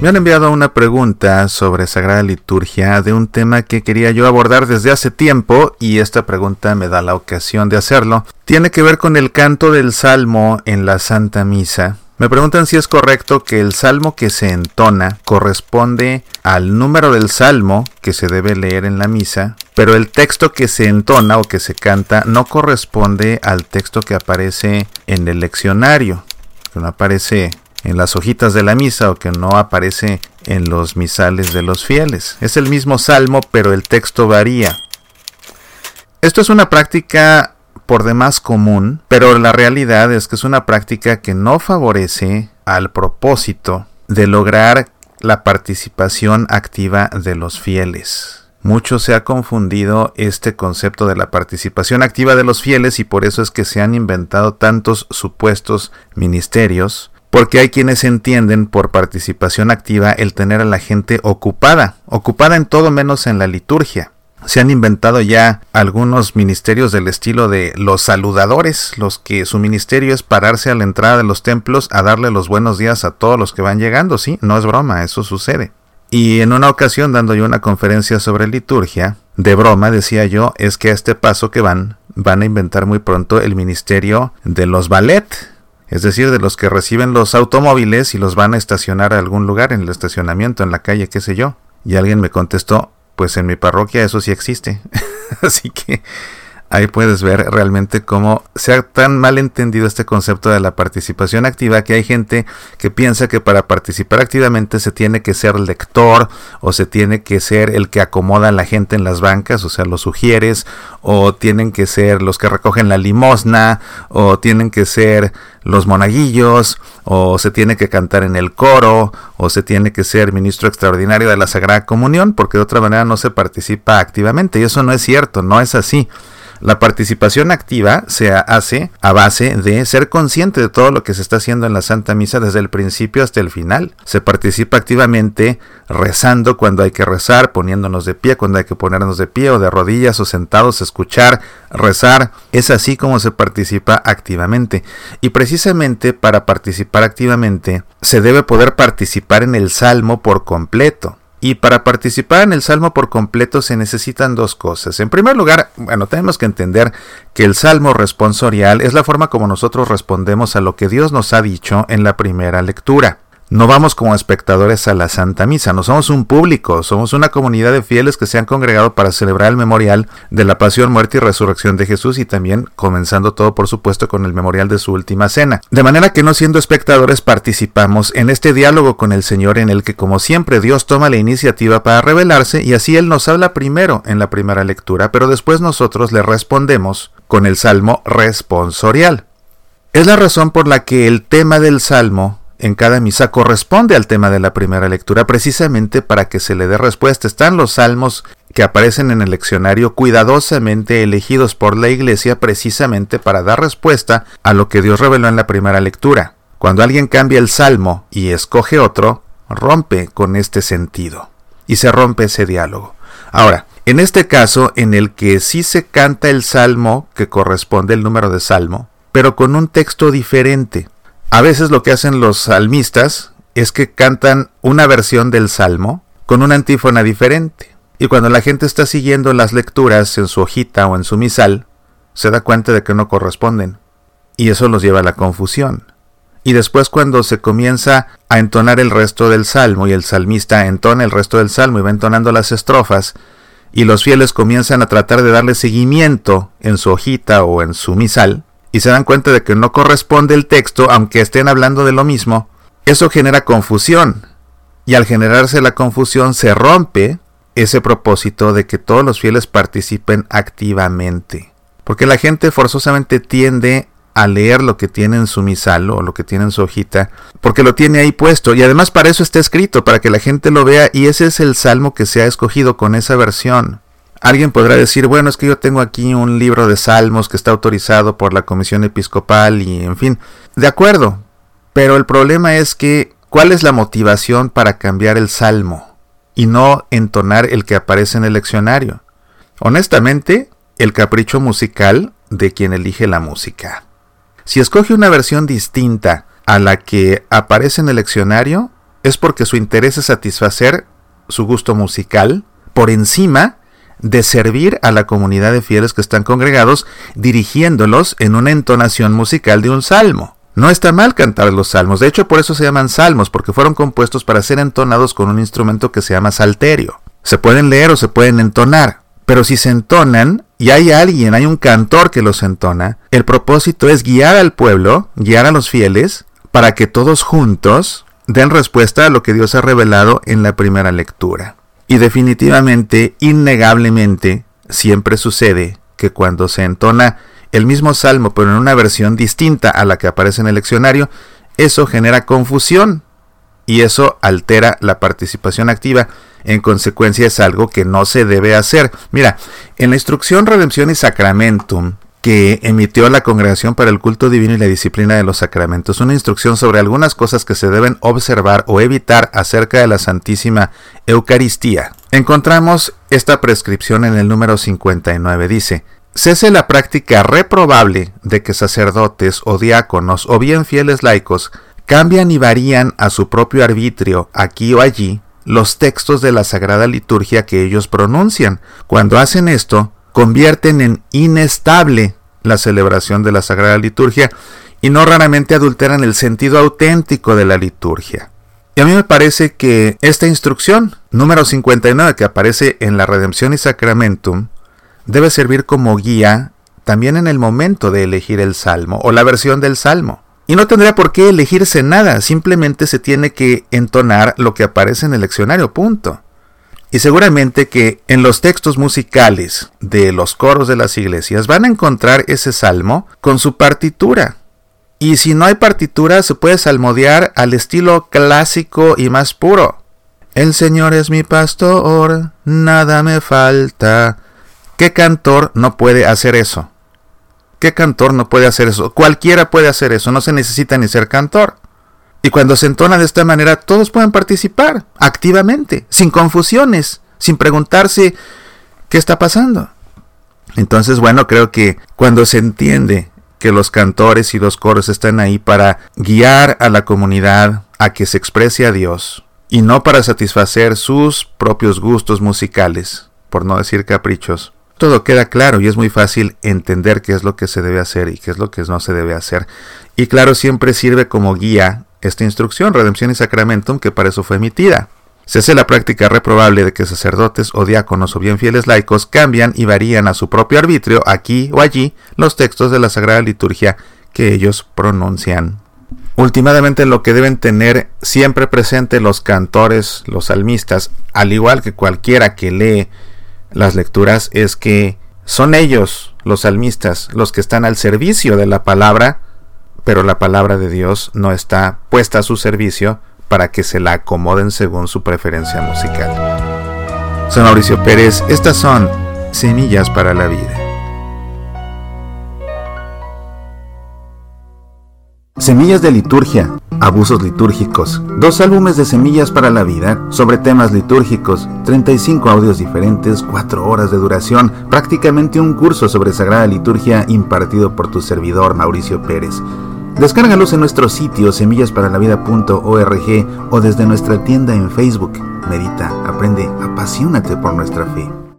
Me han enviado una pregunta sobre Sagrada Liturgia de un tema que quería yo abordar desde hace tiempo y esta pregunta me da la ocasión de hacerlo. Tiene que ver con el canto del Salmo en la Santa Misa. Me preguntan si es correcto que el Salmo que se entona corresponde al número del Salmo que se debe leer en la misa, pero el texto que se entona o que se canta no corresponde al texto que aparece en el leccionario, que no aparece en las hojitas de la misa o que no aparece en los misales de los fieles. Es el mismo salmo, pero el texto varía. Esto es una práctica por demás común, pero la realidad es que es una práctica que no favorece al propósito de lograr la participación activa de los fieles. Mucho se ha confundido este concepto de la participación activa de los fieles y por eso es que se han inventado tantos supuestos ministerios, porque hay quienes entienden por participación activa el tener a la gente ocupada en todo menos en la liturgia. Se han inventado ya algunos ministerios del estilo de los saludadores, los que su ministerio es pararse a la entrada de los templos a darle los buenos días a todos los que van llegando. Sí, no es broma, eso sucede. Y en una ocasión, dando yo una conferencia sobre liturgia, de broma decía yo, es que a este paso que van a inventar muy pronto el ministerio de los valet, es decir, de los que reciben los automóviles y los van a estacionar a algún lugar, en el estacionamiento, en la calle, qué sé yo. Y alguien me contestó, pues en mi parroquia eso sí existe. Así que ahí puedes ver realmente cómo se ha tan mal entendido este concepto de la participación activa, que hay gente que piensa que para participar activamente se tiene que ser lector, o se tiene que ser el que acomoda a la gente en las bancas, o sea, los sugieres, o tienen que ser los que recogen la limosna, o tienen que ser los monaguillos, o se tiene que cantar en el coro, o se tiene que ser ministro extraordinario de la Sagrada Comunión, porque de otra manera no se participa activamente, y eso no es cierto, no es así. La participación activa se hace a base de ser consciente de todo lo que se está haciendo en la Santa Misa desde el principio hasta el final. Se participa activamente rezando cuando hay que rezar, poniéndonos de pie cuando hay que ponernos de pie, o de rodillas o sentados, escuchar, rezar. Es así como se participa activamente. Y precisamente para participar activamente se debe poder participar en el Salmo por completo. Y para participar en el Salmo por completo se necesitan dos cosas. En primer lugar, tenemos que entender que el Salmo responsorial es la forma como nosotros respondemos a lo que Dios nos ha dicho en la primera lectura. No vamos como espectadores a la Santa Misa, no somos un público, somos una comunidad de fieles que se han congregado para celebrar el memorial de la pasión, muerte y resurrección de Jesús, y también comenzando todo, por supuesto, con el memorial de su última cena. De manera que, no siendo espectadores, participamos en este diálogo con el Señor, en el que, como siempre, Dios toma la iniciativa para revelarse, y así Él nos habla primero en la primera lectura, pero después nosotros le respondemos con el Salmo responsorial. Es la razón por la que el tema del Salmo en cada misa corresponde al tema de la primera lectura, precisamente para que se le dé respuesta. Están los salmos que aparecen en el leccionario cuidadosamente elegidos por la Iglesia precisamente para dar respuesta a lo que Dios reveló en la primera lectura. Cuando alguien cambia el salmo y escoge otro, rompe con este sentido y se rompe ese diálogo. Ahora, en este caso en el que sí se canta el salmo que corresponde al número de salmo, pero con un texto diferente. A veces lo que hacen los salmistas es que cantan una versión del salmo con una antífona diferente. Y cuando la gente está siguiendo las lecturas en su hojita o en su misal, se da cuenta de que no corresponden. Y eso los lleva a la confusión. Y después, cuando se comienza a entonar el resto del salmo y el salmista entona el resto del salmo y va entonando las estrofas, y los fieles comienzan a tratar de darle seguimiento en su hojita o en su misal, y se dan cuenta de que no corresponde el texto, aunque estén hablando de lo mismo, eso genera confusión. Y al generarse la confusión se rompe ese propósito de que todos los fieles participen activamente. Porque la gente forzosamente tiende a leer lo que tiene en su misal o lo que tiene en su hojita, porque lo tiene ahí puesto. Y además para eso está escrito, para que la gente lo vea, y ese es el salmo que se ha escogido con esa versión. Alguien podrá decir, bueno, es que yo tengo aquí un libro de salmos que está autorizado por la Comisión Episcopal y en fin. De acuerdo, pero el problema es que, ¿cuál es la motivación para cambiar el salmo y no entonar el que aparece en el leccionario? Honestamente, el capricho musical de quien elige la música. Si escoge una versión distinta a la que aparece en el leccionario, es porque su interés es satisfacer su gusto musical por encima de servir a la comunidad de fieles que están congregados, dirigiéndolos en una entonación musical de un salmo. No está mal cantar los salmos, de hecho por eso se llaman salmos, porque fueron compuestos para ser entonados con un instrumento que se llama salterio. Se pueden leer o se pueden entonar, pero si se entonan y hay un cantor que los entona, el propósito es guiar al pueblo, guiar a los fieles, para que todos juntos den respuesta a lo que Dios ha revelado en la primera lectura. Y definitivamente, innegablemente, siempre sucede que cuando se entona el mismo salmo pero en una versión distinta a la que aparece en el leccionario, eso genera confusión y eso altera la participación activa. En consecuencia es algo que no se debe hacer. Mira, en la instrucción Redemption y Sacramentum que emitió la Congregación para el Culto Divino y la Disciplina de los Sacramentos, una instrucción sobre algunas cosas que se deben observar o evitar acerca de la Santísima Eucaristía, encontramos esta prescripción en el número 59. Dice: cese la práctica reprobable de que sacerdotes o diáconos o bien fieles laicos cambian y varían a su propio arbitrio aquí o allí los textos de la Sagrada Liturgia que ellos pronuncian. Cuando hacen esto, convierten en inestable la celebración de la Sagrada Liturgia y no raramente adulteran el sentido auténtico de la liturgia. Y a mí me parece que esta instrucción, número 59, que aparece en la Redemption y Sacramentum, debe servir como guía también en el momento de elegir el salmo o la versión del salmo. Y no tendría por qué elegirse nada, simplemente se tiene que entonar lo que aparece en el leccionario, punto. Y seguramente que en los textos musicales de los coros de las iglesias van a encontrar ese salmo con su partitura. Y si no hay partitura, se puede salmodiar al estilo clásico y más puro. El Señor es mi pastor, nada me falta. ¿Qué cantor no puede hacer eso? ¿Qué cantor no puede hacer eso? Cualquiera puede hacer eso, no se necesita ni ser cantor. Y cuando se entona de esta manera, todos pueden participar activamente, sin confusiones, sin preguntarse qué está pasando. Entonces, bueno, creo que cuando se entiende que los cantores y los coros están ahí para guiar a la comunidad a que se exprese a Dios, y no para satisfacer sus propios gustos musicales, por no decir caprichos, todo queda claro y es muy fácil entender qué es lo que se debe hacer y qué es lo que no se debe hacer. Y claro, siempre sirve como guía esta instrucción, Redemption y Sacramentum, que para eso fue emitida. Cese la práctica reprobable de que sacerdotes o diáconos o bien fieles laicos cambian y varían a su propio arbitrio, aquí o allí, los textos de la Sagrada Liturgia que ellos pronuncian. Últimamente, lo que deben tener siempre presente los cantores, los salmistas, al igual que cualquiera que lee las lecturas, es que son ellos, los salmistas, los que están al servicio de la palabra, pero la palabra de Dios no está puesta a su servicio para que se la acomoden según su preferencia musical. Soy Mauricio Pérez, estas son Semillas para la Vida. Semillas de liturgia, abusos litúrgicos, 2 álbumes de Semillas para la Vida sobre temas litúrgicos, 35 audios diferentes, 4 horas de duración, prácticamente un curso sobre Sagrada Liturgia impartido por tu servidor Mauricio Pérez. Descárgalos en nuestro sitio semillasparalavida.org o desde nuestra tienda en Facebook. Medita, aprende, apasionate por nuestra fe.